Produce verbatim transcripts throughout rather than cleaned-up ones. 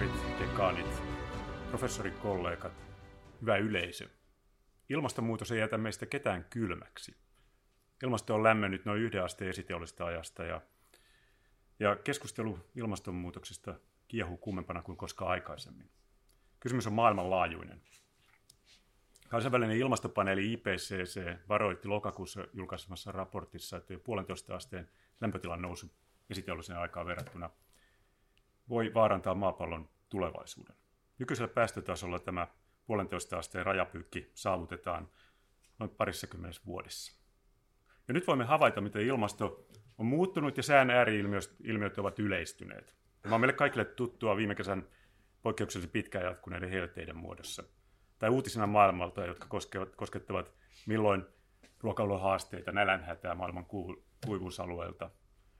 tohtorit, dekaanit, professorikollegat, hyvä yleisö. Ilmastonmuutos ei jätä meistä ketään kylmäksi. Ilmasto on lämmennyt noin yhden asteen esiteollisesta ajasta ja, ja keskustelu ilmastonmuutoksesta kiehuu kuumempana kuin koskaan aikaisemmin. Kysymys on maailmanlaajuinen. Kansainvälinen ilmastopaneeli I P C C varoitti lokakuussa julkaisemassa raportissa, että jo puolentoista asteen lämpötilan nousu esiteolliseen aikaan verrattuna voi vaarantaa maapallon tulevaisuuden. Nykyisellä päästötasolla tämä puolentoista asteen rajapyykki saavutetaan noin parissakymmenessä vuodessa. Ja nyt voimme havaita, miten ilmasto on muuttunut ja sään ääri-ilmiöt ovat yleistyneet. Tämä on meille kaikille tuttua viime kesän poikkeuksellisen pitkään jatkuneiden helteiden muodossa. Tai uutisina maailmalta, jotka koskevat, koskettavat milloin ruokailun haasteita, nälänhätää maailman kuivuusalueelta,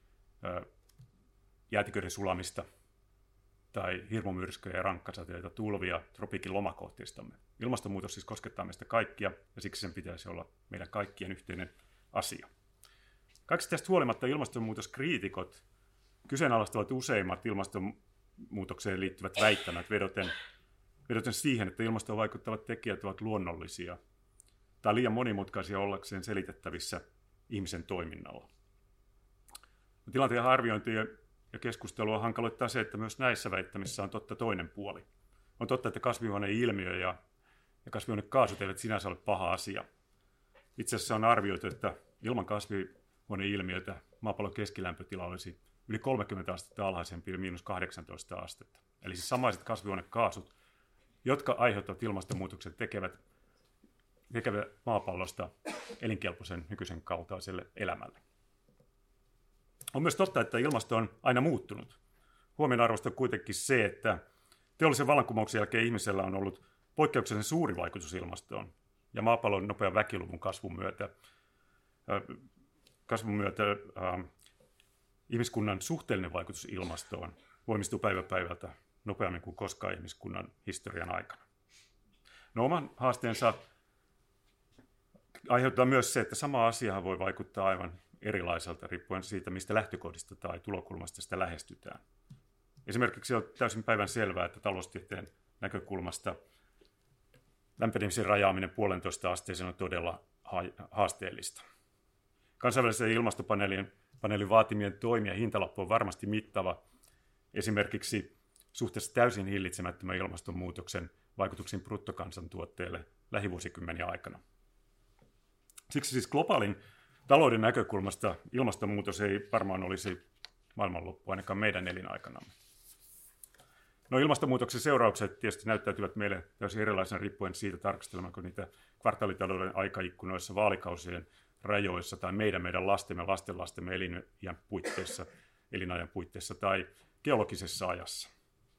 jäätiköiden sulamista tai hirmumyrskyjä ja rankkasateita, tulvia tropiikin lomakohteistamme. Ilmastonmuutos siis koskettaa meistä kaikkia ja siksi sen pitäisi olla meidän kaikkien yhteinen asia. Kaikista tästä huolimatta ilmastonmuutoskriitikot kyseenalaistavat useimmat ilmastonmuutokseen liittyvät väittämät vedoten, vedoten siihen, että ilmastoon vaikuttavat tekijät ovat luonnollisia tai liian monimutkaisia ollakseen selitettävissä ihmisen toiminnalla. Tilanteen arviointia ja keskustelua hankaloittaa se, että myös näissä väittämissä on totta toinen puoli. On totta, että kasvihuoneilmiö ja, ja kasvihuonekaasut eivät sinänsä ole paha asia. Itse asiassa on arvioitu, että ilman kasvihuoneilmiötä maapallon keskilämpötila olisi yli kolmekymmentä astetta alhaisempi, miinus kahdeksantoista astetta. Eli siis samaiset kasvihuonekaasut, jotka aiheuttavat ilmastonmuutoksen, tekevät, tekevät maapallosta elinkelpoisen nykyisen kaltaiselle elämälle. On myös totta, että ilmasto on aina muuttunut. Huomionarvoista on kuitenkin se, että teollisen vallankumouksen jälkeen ihmisellä on ollut poikkeuksellisen suuri vaikutus ilmastoon. Ja maapallon nopean väkiluvun kasvun myötä, äh, kasvun myötä äh, ihmiskunnan suhteellinen vaikutus ilmastoon voimistuu päivä päivältä nopeammin kuin koskaan ihmiskunnan historian aikana. No, oman haasteensa aiheuttaa myös se, että sama asia voi vaikuttaa aivan erilaiselta riippuen siitä, mistä lähtökohdista tai tulokulmasta sitä lähestytään. Esimerkiksi on täysin päivän selvää, että taloustieteen näkökulmasta lämpenemisen rajaaminen puolentoista asteeseen on todella haasteellista. Kansainvälisen ilmastopaneelin paneelin vaatimien toimia hintalappu on varmasti mittava, esimerkiksi suhteessa täysin hillitsemättömän ilmastonmuutoksen vaikutuksiin bruttokansantuotteelle lähivuosikymmeniä aikana. Siksi siis globaalin talouden näkökulmasta ilmastonmuutos ei varmaan olisi maailmanloppu ainakaan meidän elinaikanamme. No, ilmastonmuutoksen seuraukset tietysti näyttäytyvät meille täysin erilaisena riippuen siitä, tarkastelemmeko niitä kvartaalitalouden aikaikkunoissa, vaalikausien rajoissa tai meidän, meidän lastemme, lastenlastemme elinajan puitteissa, elinajan puitteissa tai geologisessa ajassa.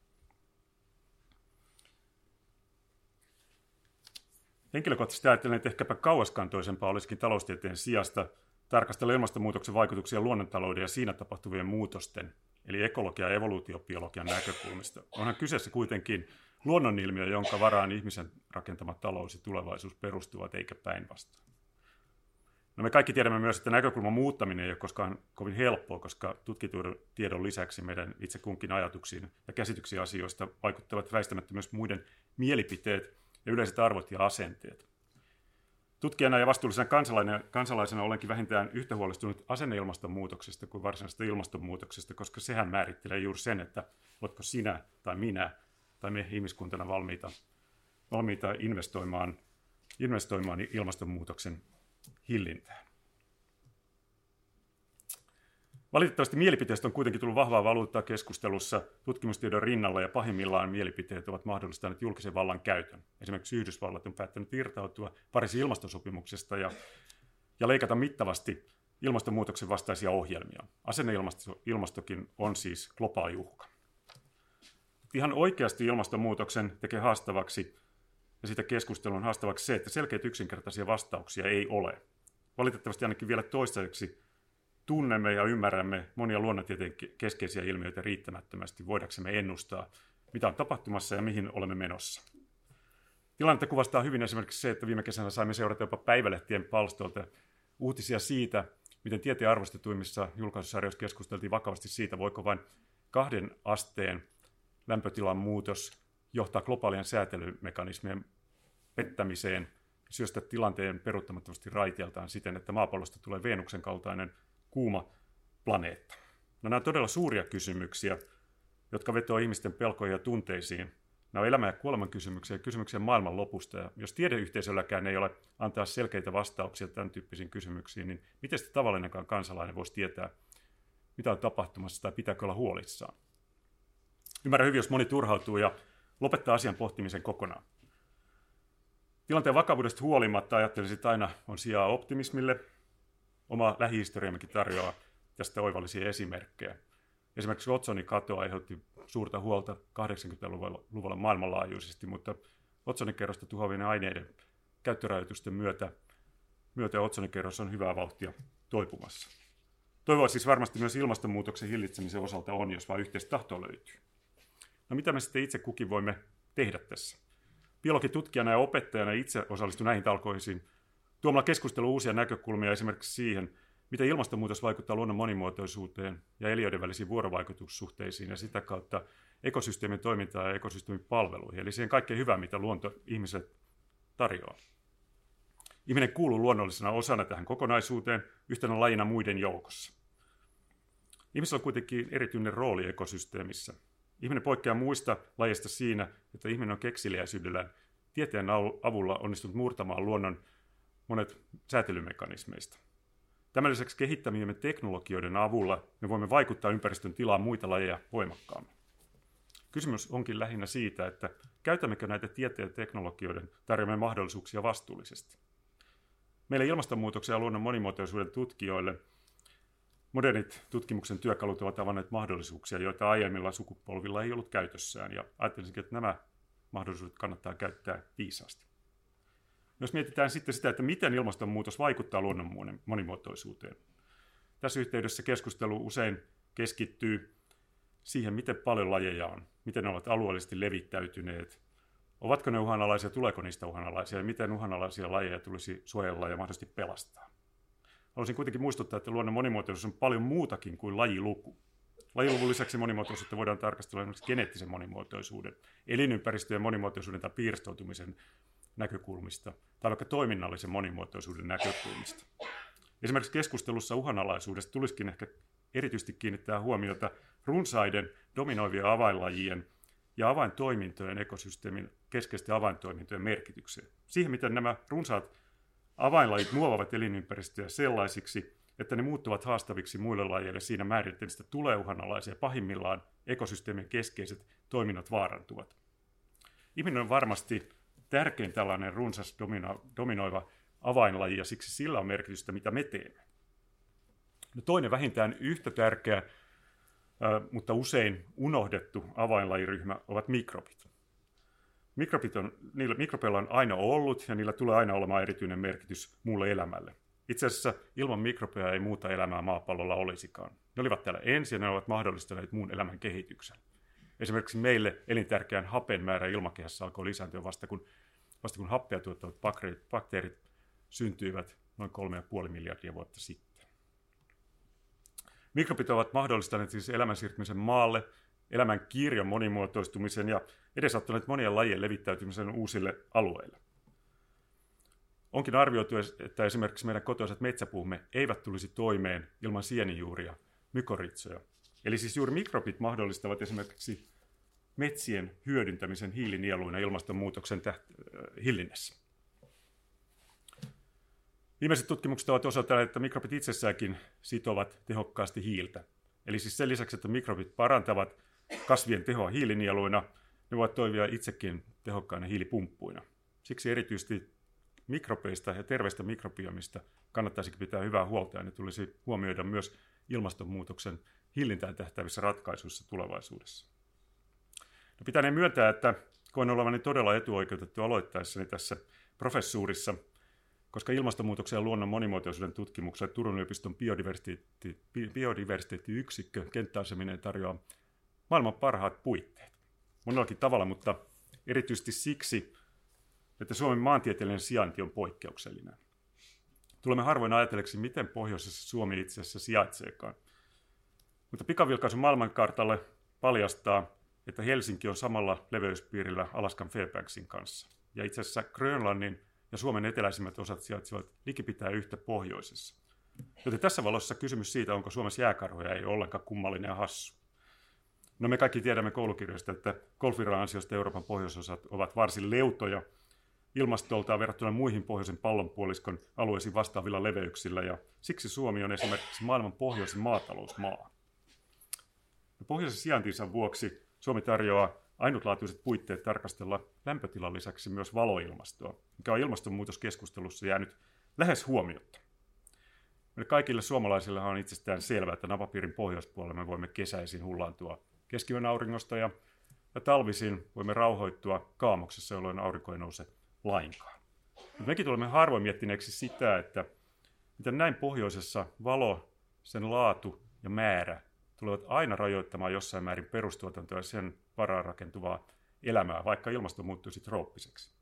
Henkilökohtaisesti ajattelen, että ehkäpä kauaskantoisempaa olisikin taloustieteen sijasta tarkastella ilmastonmuutoksen vaikutuksia luonnontalouden ja siinä tapahtuvien muutosten, eli ekologia- ja evoluutiobiologian näkökulmista. Onhan kyseessä kuitenkin luonnonilmiö, jonka varaan ihmisen rakentama talous ja tulevaisuus perustuvat, eikä päinvastoin. No, me kaikki tiedämme myös, että näkökulman muuttaminen ei ole koskaan kovin helppoa, koska tutkitun tiedon lisäksi meidän itse kunkin ajatuksiin ja käsityksiin asioista vaikuttavat väistämättä myös muiden mielipiteet ja yleiset arvot ja asenteet. Tutkijana ja vastuullisena kansalaisena, kansalaisena olenkin vähintään yhtä huolestunut asenneilmastonmuutoksesta kuin varsinaisesta ilmastonmuutoksesta, koska sehän määrittelee juuri sen, että oletko sinä tai minä tai me ihmiskuntana valmiita, valmiita investoimaan, investoimaan ilmastonmuutoksen hillintään. Valitettavasti mielipiteistä on kuitenkin tullut vahvaa valuuttaa keskustelussa tutkimustiedon rinnalla ja pahimmillaan mielipiteet ovat mahdollistaneet julkisen vallan käytön. Esimerkiksi Yhdysvallat on päättänyt irtautua Pariisin ilmastosopimuksesta ja, ja leikata mittavasti ilmastonmuutoksen vastaisia ohjelmia. Asenneilmastokin on siis globaali uhka. Ihan oikeasti ilmastonmuutoksen tekee haastavaksi ja sitä keskustelun haastavaksi se, että selkeitä yksinkertaisia vastauksia ei ole. Valitettavasti ainakin vielä toistaiseksi tunnemme ja ymmärrämme monia luonnontieteen keskeisiä ilmiöitä riittämättömästi, voidaksemme ennustaa, mitä on tapahtumassa ja mihin olemme menossa. Tilannetta kuvastaa hyvin esimerkiksi se, että viime kesänä saimme seurata jopa päivälehtien palstoilta uutisia siitä, miten tieteen arvostetuimmissa julkaisusarjoissa keskusteltiin vakavasti siitä, voiko vain kahden asteen lämpötilan muutos johtaa globaalien säätelymekanismien pettämiseen, syöstä tilanteen peruuttamattomasti raiteeltaan siten, että maapallosta tulee Venuksen kaltainen kuuma planeetta. No, nämä ovat todella suuria kysymyksiä, jotka vetoo ihmisten pelkoja ja tunteisiin. Nämä on elämän ja kuoleman kysymyksiä ja kysymyksiä maailman lopusta. Ja jos tiedeyhteisölläkään ei ole antaa selkeitä vastauksia tämän tyyppisiin kysymyksiin, niin miten sitten tavallinenkaan kansalainen voisi tietää, mitä on tapahtumassa tai pitääkö olla huolissaan? Ymmärrän hyvin, jos moni turhautuu ja lopettaa asian pohtimisen kokonaan. Tilanteen vakavuudesta huolimatta ajattelisin, että aina on sijaa optimismille. Oma lähihistoriammekin tarjoaa tästä oivallisia esimerkkejä. Esimerkiksi otsonin kato aiheutti suurta huolta kahdeksankymmentäluvulla maailmanlaajuisesti, mutta otsonikerrosta tuhoavien aineiden käyttörajoitusten myötä, myötä otsonikerros on hyvää vauhtia toipumassa. Toivoa siis varmasti myös ilmastonmuutoksen hillitsemisen osalta on, jos vain yhteistä tahtoa löytyy. No, mitä me sitten itse kukin voimme tehdä tässä? Biologitutkijana ja opettajana itse osallistun näihin talkoisiin tuomalla keskusteluun uusia näkökulmia esimerkiksi siihen, miten ilmastonmuutos vaikuttaa luonnon monimuotoisuuteen ja eliöiden välisiin vuorovaikutussuhteisiin ja sitä kautta ekosysteemin toimintaan ja ekosysteemin palveluihin, eli siihen kaikkeen hyvään, mitä luonto ihmiselle tarjoaa. Ihminen kuuluu luonnollisena osana tähän kokonaisuuteen, yhtenä lajina muiden joukossa. Ihmisellä on kuitenkin erityinen rooli ekosysteemissä. Ihminen poikkeaa muista lajeista siinä, että ihminen on kekseliäisyydellään tieteen avulla onnistunut murtamaan luonnon monet säätelymekanismeista. Tämän lisäksi kehittämiemme teknologioiden avulla me voimme vaikuttaa ympäristön tilaan muita lajeja voimakkaammin. Kysymys onkin lähinnä siitä, että käytämmekö näitä tieteen ja teknologioiden tarjoamia mahdollisuuksia vastuullisesti. Meille ilmastonmuutoksen ja luonnon monimuotoisuuden tutkijoille modernit tutkimuksen työkalut ovat avanneet mahdollisuuksia, joita aiemmilla sukupolvilla ei ollut käytössään, ja ajattelisinkin, että nämä mahdollisuudet kannattaa käyttää viisaasti. Jos mietitään sitten sitä, että miten ilmastonmuutos vaikuttaa luonnon monimuotoisuuteen. Tässä yhteydessä keskustelu usein keskittyy siihen, miten paljon lajeja on, miten ne ovat alueellisesti levittäytyneet, ovatko ne uhanalaisia, tuleeko niistä uhanalaisia ja miten uhanalaisia lajeja tulisi suojella ja mahdollisesti pelastaa. Haluaisin kuitenkin muistuttaa, että luonnon monimuotoisuus on paljon muutakin kuin lajiluku. Lajiluvun lisäksi monimuotoisuutta voidaan tarkastella esimerkiksi geneettisen monimuotoisuuden, elinympäristöjen monimuotoisuuden tai piiristoutumisen näkökulmista tai vaikka toiminnallisen monimuotoisuuden näkökulmista. Esimerkiksi keskustelussa uhanalaisuudesta tulisikin ehkä erityisesti kiinnittää huomiota runsaiden dominoivien avainlajien ja avaintoimintojen ekosysteemin keskeisten avaintoimintojen merkitykseen. Siihen, miten nämä runsaat avainlajit muovaavat elinympäristöjä sellaisiksi, että ne muuttuvat haastaviksi muille lajeille siinä määrin, että niistä tulee uhanalaisia. Pahimmillaan ekosysteemin keskeiset toiminnot vaarantuvat. Ihminen on varmasti tärkein tällainen runsas domino, dominoiva avainlaji, ja siksi sillä on merkitystä, mitä me teemme. No, toinen vähintään yhtä tärkeä, äh, mutta usein unohdettu avainlajiryhmä ovat mikrobit. Mikrobit on, niillä, mikrobeilla on aina ollut, ja niillä tulee aina olemaan erityinen merkitys muulle elämälle. Itse asiassa ilman mikrobeja ei muuta elämää maapallolla olisikaan. Ne olivat täällä ensin, ja ne ovat mahdollistaneet muun elämän kehityksen. Esimerkiksi meille elintärkeän hapen määrä ilmakehässä alkoi lisääntyä vasta kun, vasta kun happea tuottavat bakteerit, bakteerit syntyivät noin kolme pilkku viisi miljardia vuotta sitten. Mikrobit ovat mahdollistaneet siis elämän siirtymisen maalle, elämän kirjon monimuotoistumisen ja edesauttaneet monien lajien levittäytymisen uusille alueille. Onkin arvioitu, että esimerkiksi meidän kotoiset metsäpuumme eivät tulisi toimeen ilman sienijuuria, mykorrhizoja. Eli siis juuri mikrobit mahdollistavat esimerkiksi metsien hyödyntämisen hiilinieluina ilmastonmuutoksen täht- hillinnässä. Viimeiset tutkimukset ovat osoittaneet, että mikrobit itsessäänkin sitovat tehokkaasti hiiltä. Eli siis sen lisäksi, että mikrobit parantavat kasvien tehoa hiilinieluina, ne voivat toimia itsekin tehokkaina hiilipumppuina. Siksi erityisesti mikrobeista ja terveistä mikrobiomista kannattaisikin pitää hyvää huolta, ja ne tulisi huomioida myös ilmastonmuutoksen hillintään tähtäävissä ratkaisuissa tulevaisuudessa. No, pitäneen myöntää, että koen olevani todella etuoikeutettu aloittaessani tässä professuurissa, koska ilmastonmuutoksen ja luonnon monimuotoisuuden tutkimukselle Turun yliopiston biodiversiteetti, biodiversiteettiyksikkö kenttäaseminen tarjoaa maailman parhaat puitteet. Monellakin tavalla, mutta erityisesti siksi, että Suomen maantieteellinen sijainti on poikkeuksellinen. Tulemme harvoin ajatelleeksi, miten pohjoisessa Suomi itse asiassa sijaitseekaan. Mutta pikavilkaisu maailmankartalle paljastaa, että Helsinki on samalla leveyspiirillä Alaskan Fairbanksin kanssa. Ja itse asiassa Grönlannin ja Suomen eteläisimmät osat sijaitsevat likipitäen yhtä pohjoisessa. Joten tässä valossa kysymys siitä, onko Suomessa jääkarhoja, ei ole ollenkaan kummallinen ja hassu. No me kaikki tiedämme koulukirjoista, että golfvirran ansiosta Euroopan pohjoisosat ovat varsin leutoja ilmastoltaan verrattuna muihin pohjoisen pallonpuoliskon alueisiin vastaavilla leveyksillä, ja siksi Suomi on esimerkiksi maailman pohjoisin maatalousmaa. Ja pohjoisen sijaintinsa vuoksi Suomi tarjoaa ainutlaatuiset puitteet tarkastella lämpötilan lisäksi myös valoilmastoa, mikä on ilmastonmuutoskeskustelussa jäänyt lähes huomiotta. Meille kaikille suomalaisille on itsestään selvää, että napapiirin pohjoispuolella me voimme kesäisin hullaantua keskiyön auringosta ja, ja talvisin voimme rauhoittua kaamoksessa, jolloin aurinko ei nouse lainkaan. Mutta mekin tulemme harvoin miettineeksi sitä, että miten näin pohjoisessa valo, sen laatu ja määrä tulevat aina rajoittamaan jossain määrin perustuotantoa ja sen varaan rakentuvaa elämää, vaikka ilmasto muuttuisi trooppiseksi.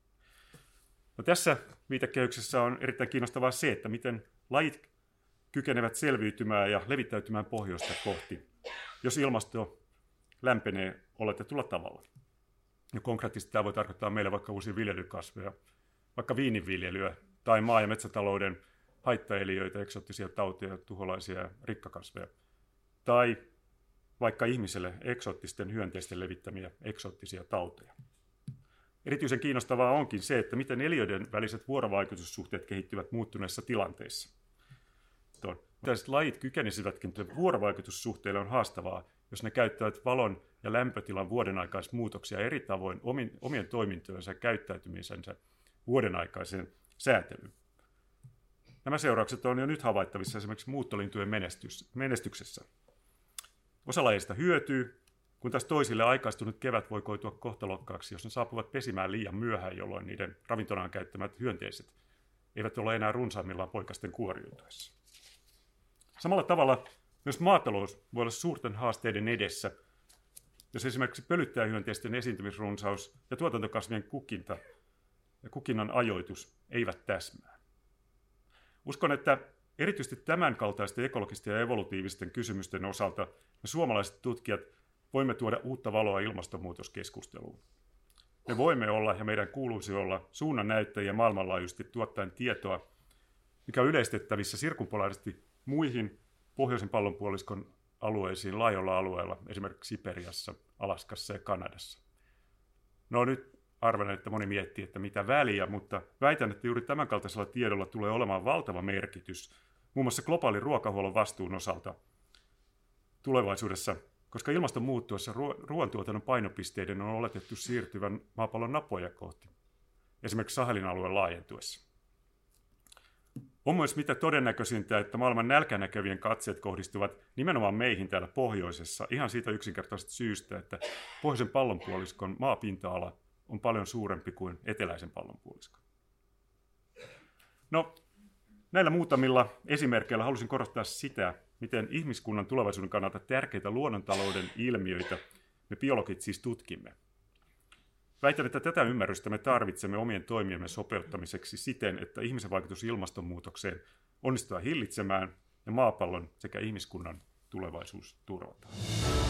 No tässä viitekehyksessä on erittäin kiinnostavaa se, että miten lajit kykenevät selviytymään ja levittäytymään pohjoista kohti, jos ilmasto lämpenee oletetulla tavalla. Ja konkreettisesti tämä voi tarkoittaa meille vaikka uusia viljelykasveja, vaikka viininviljelyä tai maa- ja metsätalouden haittaeliöitä, eksoottisia tauteja, tuholaisia ja rikkakasveja. Tai vaikka ihmiselle eksoottisten hyönteisten levittämiä eksoottisia tauteja. Erityisen kiinnostavaa onkin se, että miten eliöiden väliset vuorovaikutussuhteet kehittyvät muuttuneissa tilanteissa. Tällaiset lajit kykenisivätkin vuorovaikutussuhteille on haastavaa, jos ne käyttävät valon ja lämpötilan vuodenaikaismuutoksia eri tavoin omien toimintojensa ja käyttäytymisensä vuodenaikaiseen säätelyyn. Nämä seuraukset on jo nyt havaittavissa esimerkiksi muuttolintujen menestyksessä. Osa lajeista hyötyy, kun taas toisille aikaistunut kevät voi koitua kohtalokkaaksi, jos ne saapuvat pesimään liian myöhään, jolloin niiden ravintonaan käyttämät hyönteiset eivät ole enää runsaimmillaan poikasten kuoriutuessa. Samalla tavalla myös maatalous voi olla suurten haasteiden edessä, jos esimerkiksi pölyttäjähyönteisten esiintymisrunsaus ja tuotantokasvien kukinta ja kukinnan ajoitus eivät täsmää. Uskon, että erityisesti tämän kaltaisten ekologisten ja evolutiivisten kysymysten osalta me suomalaiset tutkijat voimme tuoda uutta valoa ilmastonmuutoskeskusteluun. Me voimme olla ja meidän kuuluisi olla suunnannäyttäjiä maailmanlaajuisesti tuottaen tietoa, mikä on yleistettävissä sirkumpolaarisesti muihin pohjoisen pallonpuoliskon alueisiin laajoilla alueilla, esimerkiksi Siperiassa, Alaskassa ja Kanadassa. No nyt arvelen, että moni miettii, että mitä väliä, mutta väitän, että juuri tämän kaltaisella tiedolla tulee olemaan valtava merkitys, muun muassa globaalin ruokahuollon vastuun osalta tulevaisuudessa, koska ilmaston muuttuessa ruoantuotannon painopisteiden on oletettu siirtyvän maapallon napoja kohti, esimerkiksi Sahelin alueen laajentuessa. On myös mitä todennäköisintä, että maailman nälkänäkevien katseet kohdistuvat nimenomaan meihin täällä pohjoisessa ihan siitä yksinkertaisesta syystä, että pohjoisen pallonpuoliskon maapinta-ala on paljon suurempi kuin eteläisen pallonpuoliskon. No, näillä muutamilla esimerkkeillä halusin korostaa sitä, miten ihmiskunnan tulevaisuuden kannalta tärkeitä luonnontalouden ilmiöitä me biologit siis tutkimme. Väitän, että tätä ymmärrystä me tarvitsemme omien toimiemme sopeuttamiseksi siten, että ihmisen vaikutus ilmastonmuutokseen onnistuu hillitsemään ja maapallon sekä ihmiskunnan tulevaisuus turvataan.